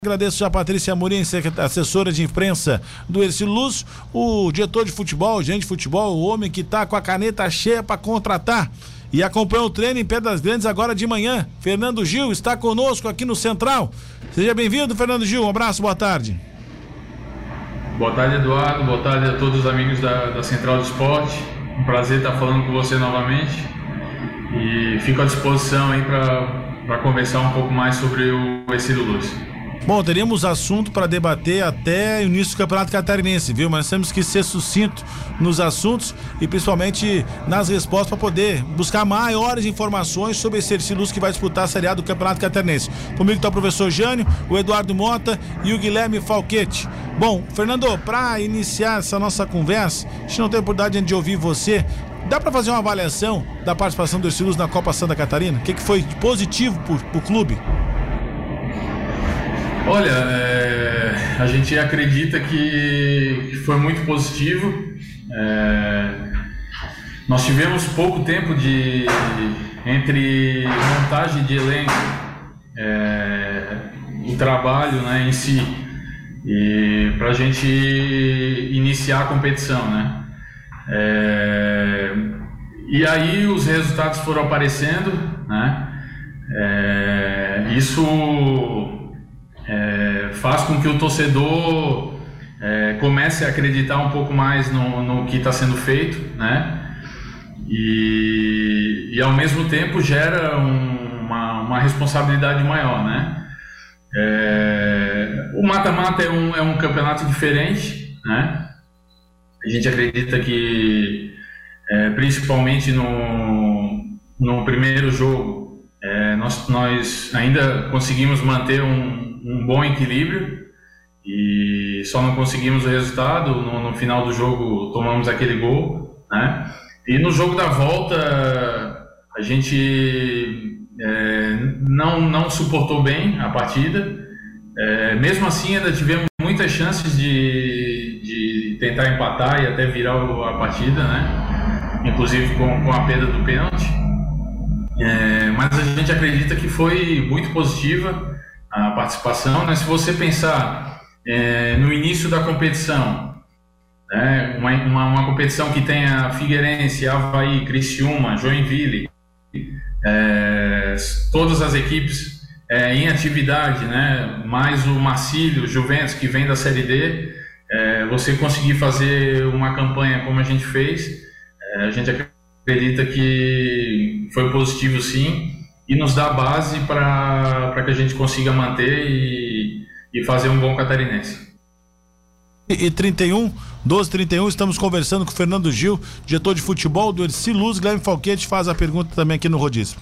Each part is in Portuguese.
Agradeço a Patrícia Amorim, assessora de imprensa do Erciluz, o diretor de futebol, o gerente de futebol, o homem que está com a caneta cheia para contratar e acompanhou o treino em Pedras Grandes agora de manhã. Fernando Gil está conosco aqui no Central. Seja bem-vindo, Fernando Gil. Um abraço, boa tarde. Boa tarde, Eduardo. Boa tarde a todos os amigos da Central do Esporte. Um prazer estar falando com você novamente e fico à disposição aí para conversar um pouco mais sobre o Erciluz. Bom, teríamos assunto para debater até o início do Campeonato Catarinense, viu? Mas temos que ser sucinto nos assuntos e principalmente nas respostas para poder buscar maiores informações sobre esse Erciluz que vai disputar a Série A do Campeonato Catarinense. Comigo está o professor Jânio, o Eduardo Mota e o Guilherme Falquete. Bom, Fernando, para iniciar essa nossa conversa, a gente não tem oportunidade de ouvir você. Dá para fazer uma avaliação da participação do Erciluz na Copa Santa Catarina? O que foi de positivo para o clube? Olha, a gente acredita que foi muito positivo. Nós tivemos pouco tempo entre montagem de elenco, o trabalho, né, em si, e para a gente iniciar a competição, né? E aí os resultados foram aparecendo, né? Isso faz com que o torcedor comece a acreditar um pouco mais no que está sendo feito, né? E ao mesmo tempo gera uma responsabilidade maior, né? O mata-mata é um campeonato diferente, né? A gente acredita que principalmente no primeiro jogo nós ainda conseguimos manter um bom equilíbrio e só não conseguimos o resultado. No final do jogo tomamos aquele gol, né? E no jogo da volta a gente não suportou bem a partida. Mesmo assim ainda tivemos muitas chances de tentar empatar e até virar a partida, né? Inclusive com a perda do pênalti. Mas a gente acredita que foi muito positiva a participação, né? Se você pensar no início da competição, né? Uma competição que tenha Figueirense, Avaí, Criciúma, Joinville, todas as equipes em atividade, né? Mais o Marcílio, Juventus, que vem da Série D, você conseguir fazer uma campanha como a gente fez, a gente acredita que foi positivo, sim, e nos dá base para que a gente consiga manter e fazer um bom catarinense. E 12h31, estamos conversando com o Fernando Gil, diretor de futebol do Erciluz. Guilherme Falquete faz a pergunta também aqui no Rodízio.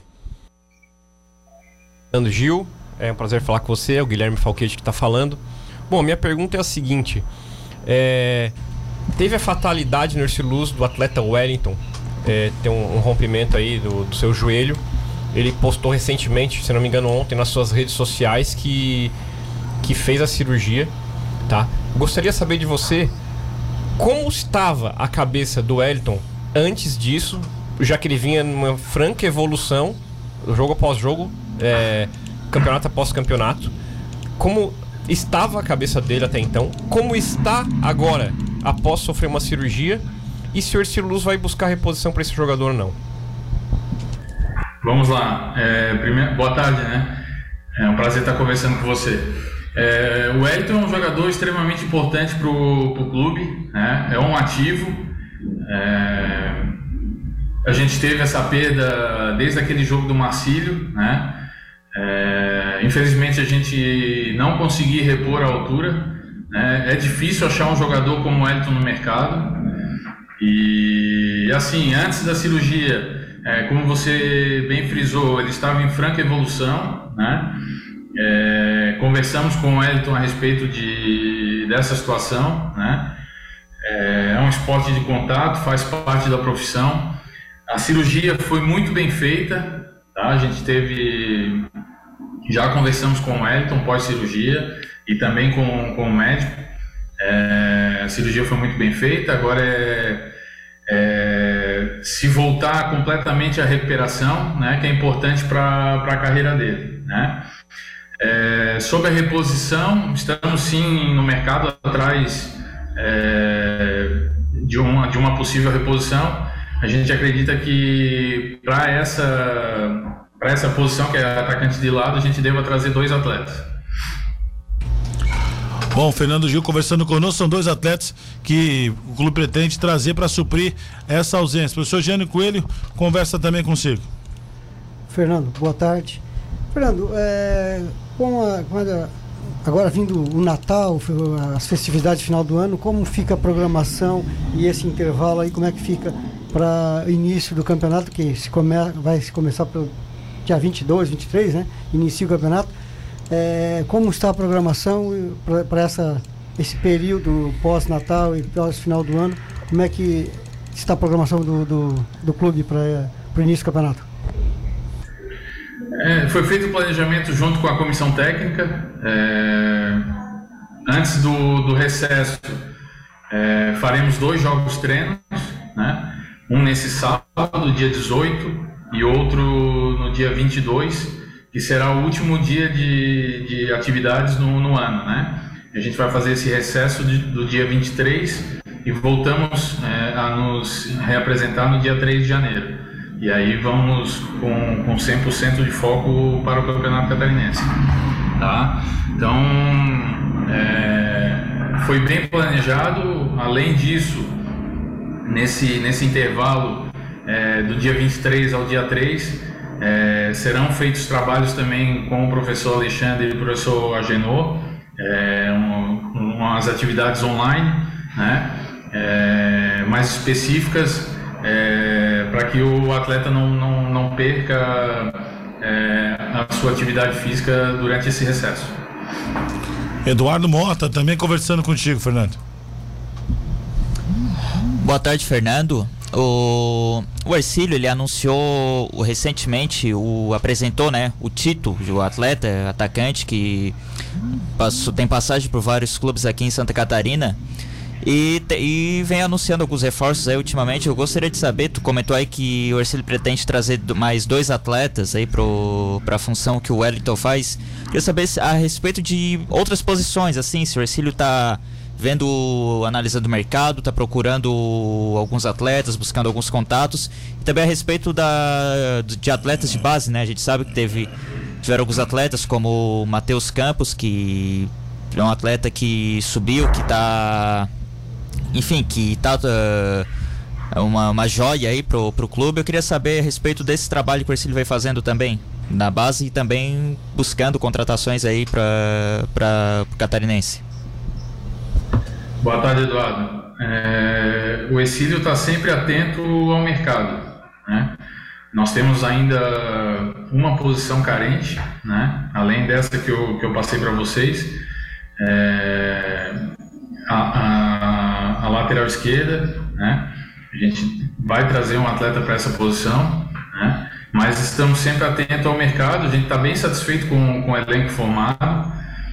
Fernando Gil, é um prazer falar com você, é o Guilherme Falquete que está falando. Bom, minha pergunta é a seguinte: teve a fatalidade no Erciluz do atleta Wellington, tem um rompimento aí do seu joelho. Ele postou recentemente, se não me engano ontem, nas suas redes sociais que fez a cirurgia, tá? Gostaria de saber de você como estava a cabeça do Wellington antes disso, já que ele vinha numa franca evolução, jogo após jogo, campeonato após campeonato. Como estava a cabeça dele até então? Como está agora, após sofrer uma cirurgia? E se o Erciluz vai buscar reposição para esse jogador ou não? Vamos lá. Primeiro, boa tarde, né? É um prazer estar conversando com você. O Wellington é um jogador extremamente importante para o clube, né? É um ativo. A gente teve essa perda desde aquele jogo do Marcílio, né? Infelizmente a gente não conseguiu repor a altura, né? É difícil achar um jogador como o Wellington no mercado. E assim, antes da cirurgia, como você bem frisou, ele estava em franca evolução, né? Conversamos com o Wellington a respeito dessa situação, né? É um esporte de contato, faz parte da profissão. A cirurgia foi muito bem feita, tá? A gente já conversamos com o Wellington pós-cirurgia e também com o médico. A cirurgia foi muito bem feita. Agora se voltar completamente à recuperação, né, que é importante para a carreira dele, né? Sobre a reposição, estamos sim no mercado atrás de uma possível reposição. A gente acredita que para essa posição, que é atacante de lado, a gente deva trazer 2 atletas. Bom, Fernando Gil conversando conosco, são 2 atletas que o clube pretende trazer para suprir essa ausência. O professor Jânio Coelho conversa também consigo. Fernando, boa tarde. Fernando, agora vindo o Natal, as festividades de final do ano, como fica a programação e esse intervalo aí, como é que fica para o início do campeonato, que vai começar pelo dia 22, 23, né? Inicia o campeonato. Como está a programação para esse período pós-Natal e pós-final do ano? Como é que está a programação do clube para o início do campeonato? Foi feito o planejamento junto com a comissão técnica. Antes do recesso, faremos 2 jogos treinos, né? Um nesse sábado, dia 18, e outro no dia 22, que será o último dia de atividades no ano, né? A gente vai fazer esse recesso do dia 23 e voltamos a nos reapresentar no dia 3 de janeiro. E aí vamos com 100% de foco para o Campeonato Catarinense, tá? Então, foi bem planejado. Além disso, nesse intervalo do dia 23 ao dia 3, serão feitos trabalhos também com o professor Alexandre e o professor Agenor, umas atividades online, né? Mais específicas, para que o atleta não perca a sua atividade física durante esse recesso. Eduardo Mota também conversando contigo, Fernando. Boa tarde, Fernando. O Ercílio, ele anunciou recentemente, apresentou, né, o Tito, o atleta, atacante que tem passagem por vários clubes aqui em Santa Catarina. E vem anunciando alguns reforços aí ultimamente. Eu gostaria de saber, tu comentou aí que o Ercílio pretende trazer mais 2 atletas aí para a função que o Wellington faz. Queria saber a respeito de outras posições, assim, se o Ercílio tá analisando o mercado, tá procurando alguns atletas, buscando alguns contatos, e também a respeito de atletas de base, né? A gente sabe que tiveram alguns atletas como o Matheus Campos, que é um atleta que subiu, que tá uma joia aí pro clube. Eu queria saber a respeito desse trabalho que o Ercílio vem fazendo também na base e também buscando contratações aí para o Catarinense. Boa tarde, Eduardo. O Ercílio está sempre atento ao mercado, né? Nós temos ainda uma posição carente, né? Além dessa que eu passei para vocês, a lateral esquerda, né? A gente vai trazer um atleta para essa posição, né? Mas estamos sempre atentos ao mercado. A gente está bem satisfeito com o elenco formado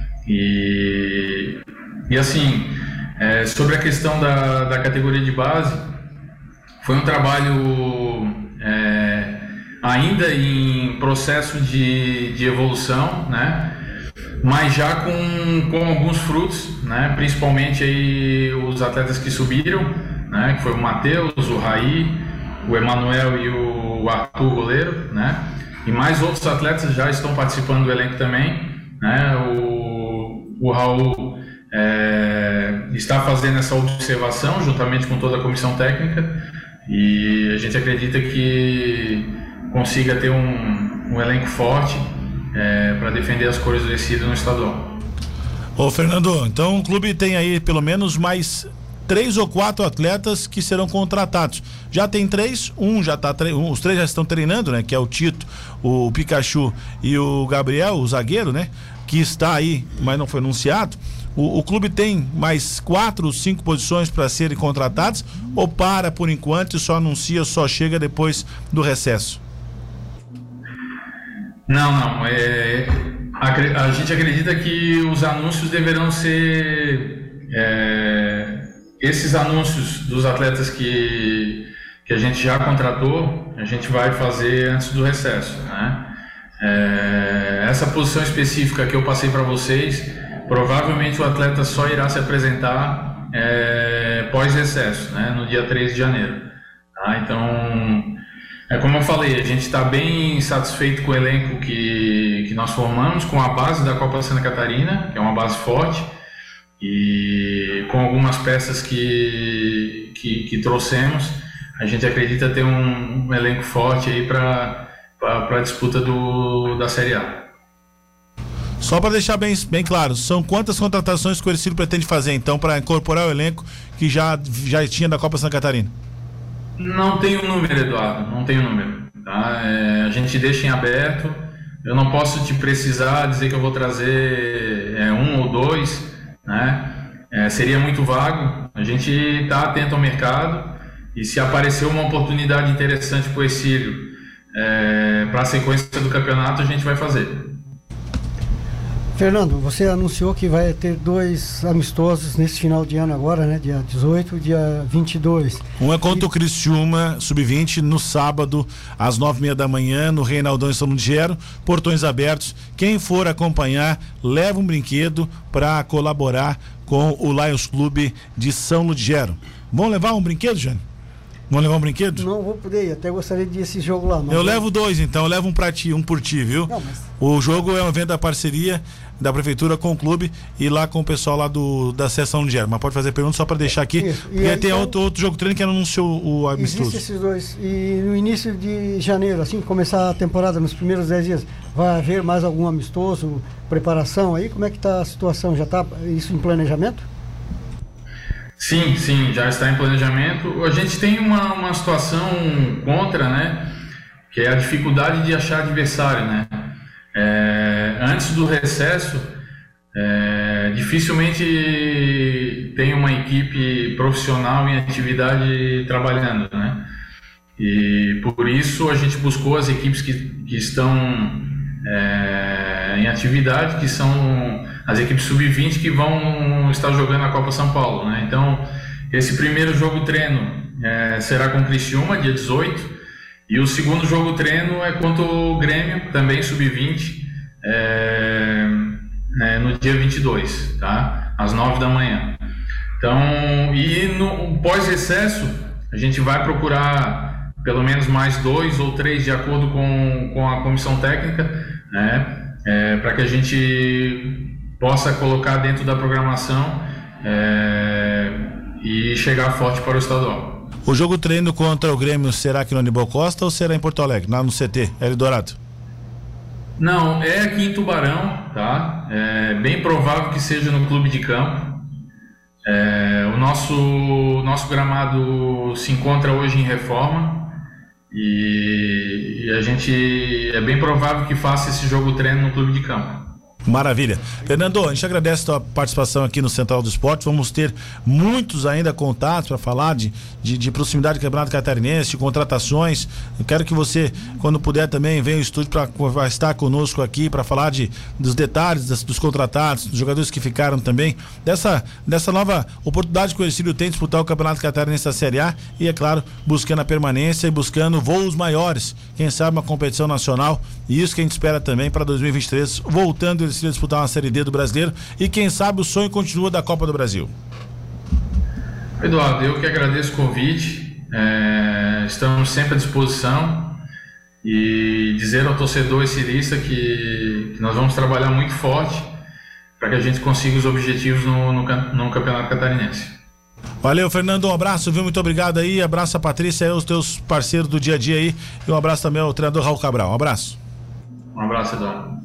e assim, sobre a questão da categoria de base, foi um trabalho ainda em processo de evolução, né? Mas já com alguns frutos, né? Principalmente aí os atletas que subiram, né? Que foi o Matheus, o Raí, o Emanuel e o Arthur, goleiro, né? E mais outros atletas já estão participando do elenco também, né? O Raul está fazendo essa observação juntamente com toda a comissão técnica, e a gente acredita que consiga ter um elenco forte para defender as cores do Ercílio no estadual. Ô Fernando, então o clube tem aí pelo menos mais 3 ou 4 atletas que serão contratados. Já tem 3, os 3 já estão treinando, né? Que é o Tito, o Pikachu e o Gabriel, o zagueiro, né? Que está aí, mas não foi anunciado. O clube tem mais 4 ou 5 posições para serem contratadas, ou para por enquanto e só anuncia, só chega depois do recesso? Não. A gente acredita que os anúncios deverão ser esses anúncios dos atletas que a gente já contratou, a gente vai fazer antes do recesso, né? essa posição específica que eu passei para vocês, provavelmente o atleta só irá se apresentar pós-recesso, né, no dia 13 de janeiro. Tá? Então, como eu falei, a gente está bem satisfeito com o elenco que nós formamos, com a base da Copa Santa Catarina, que é uma base forte, e com algumas peças que trouxemos, a gente acredita ter um elenco forte aí para a disputa da Série A. Só para deixar bem claro, são quantas contratações que o Ercílio pretende fazer, então, para incorporar o elenco que já tinha da Copa Santa Catarina? Não tem um número, Eduardo, não tem um número. Tá? A gente deixa em aberto. Eu não posso te precisar dizer que eu vou trazer um ou dois, né? Seria muito vago. A gente está atento ao mercado e se aparecer uma oportunidade interessante para o Ercílio para a sequência do campeonato, a gente vai fazer. Fernando, você anunciou que vai ter 2 amistosos nesse final de ano agora, né? Dia 18 e dia 22. Um é contra o Criciúma, sub-20, no sábado, às 9h30 da manhã, no Reinaldão em São Ludgero, portões abertos. Quem for acompanhar, leva um brinquedo para colaborar com o Lions Clube de São Ludgero. Vão levar um brinquedo, Jânio? Vão levar um brinquedo? Não vou poder ir, até gostaria de ir esse jogo lá. Eu levo 2, então, eu levo um pra ti, um por ti, viu? Não, mas... O jogo é um evento da parceria da prefeitura com o clube e lá com o pessoal lá da seção Ludgero. Mas pode fazer pergunta só para deixar aqui. Isso. E aí, tem então, outro jogo treino que anunciou o amistoso. Existem esses 2. E no início de janeiro, assim que começar a temporada, nos primeiros 10 dias, vai haver mais algum amistoso, preparação aí? Como é que está a situação? Já está isso em planejamento? Sim, já está em planejamento. A gente tem uma situação contra, né? Que é a dificuldade de achar adversário, né? Antes do recesso, dificilmente tem uma equipe profissional em atividade trabalhando, né? E por isso a gente buscou as equipes que estão em atividade, que são as equipes sub-20 que vão estar jogando a Copa São Paulo, né? Então, esse primeiro jogo treino será com o Criciúma, dia 18, e o segundo jogo treino é contra o Grêmio, também sub-20, no dia 22, tá? Às 9 da manhã. Então, e no pós-recesso, a gente vai procurar pelo menos mais 2 ou 3, de acordo com a comissão técnica, né? Para que a gente possa colocar dentro da programação e chegar forte para o estadual. O jogo treino contra o Grêmio será aqui no Aníbal Costa ou será em Porto Alegre, lá no CT, Eldorado? Não, é aqui em Tubarão, tá? É bem provável que seja no clube de campo. O nosso gramado se encontra hoje em reforma e a gente é bem provável que faça esse jogo treino no clube de campo. Maravilha. Fernando, a gente agradece a tua participação aqui no Central do Esporte. Vamos ter muitos ainda contatos para falar de proximidade do Campeonato Catarinense, de contratações. Eu quero que você, quando puder, também venha ao estúdio para estar conosco aqui para falar dos detalhes dos contratados, dos jogadores que ficaram também, dessa nova oportunidade que o Ercílio tem de disputar o Campeonato Catarinense da Série A e, é claro, buscando a permanência e buscando voos maiores, quem sabe uma competição nacional, e isso que a gente espera também para 2023, voltando a disputar uma Série D do Brasileiro e quem sabe o sonho continua da Copa do Brasil. Eduardo, eu que agradeço o convite, estamos sempre à disposição e dizer ao torcedor ercilista que nós vamos trabalhar muito forte para que a gente consiga os objetivos no Campeonato Catarinense. Valeu, Fernando, um abraço, viu? Muito obrigado aí, abraço a Patrícia e os teus parceiros do dia a dia aí e um abraço também ao treinador Raul Cabral, um abraço. Um abraço, Eduardo.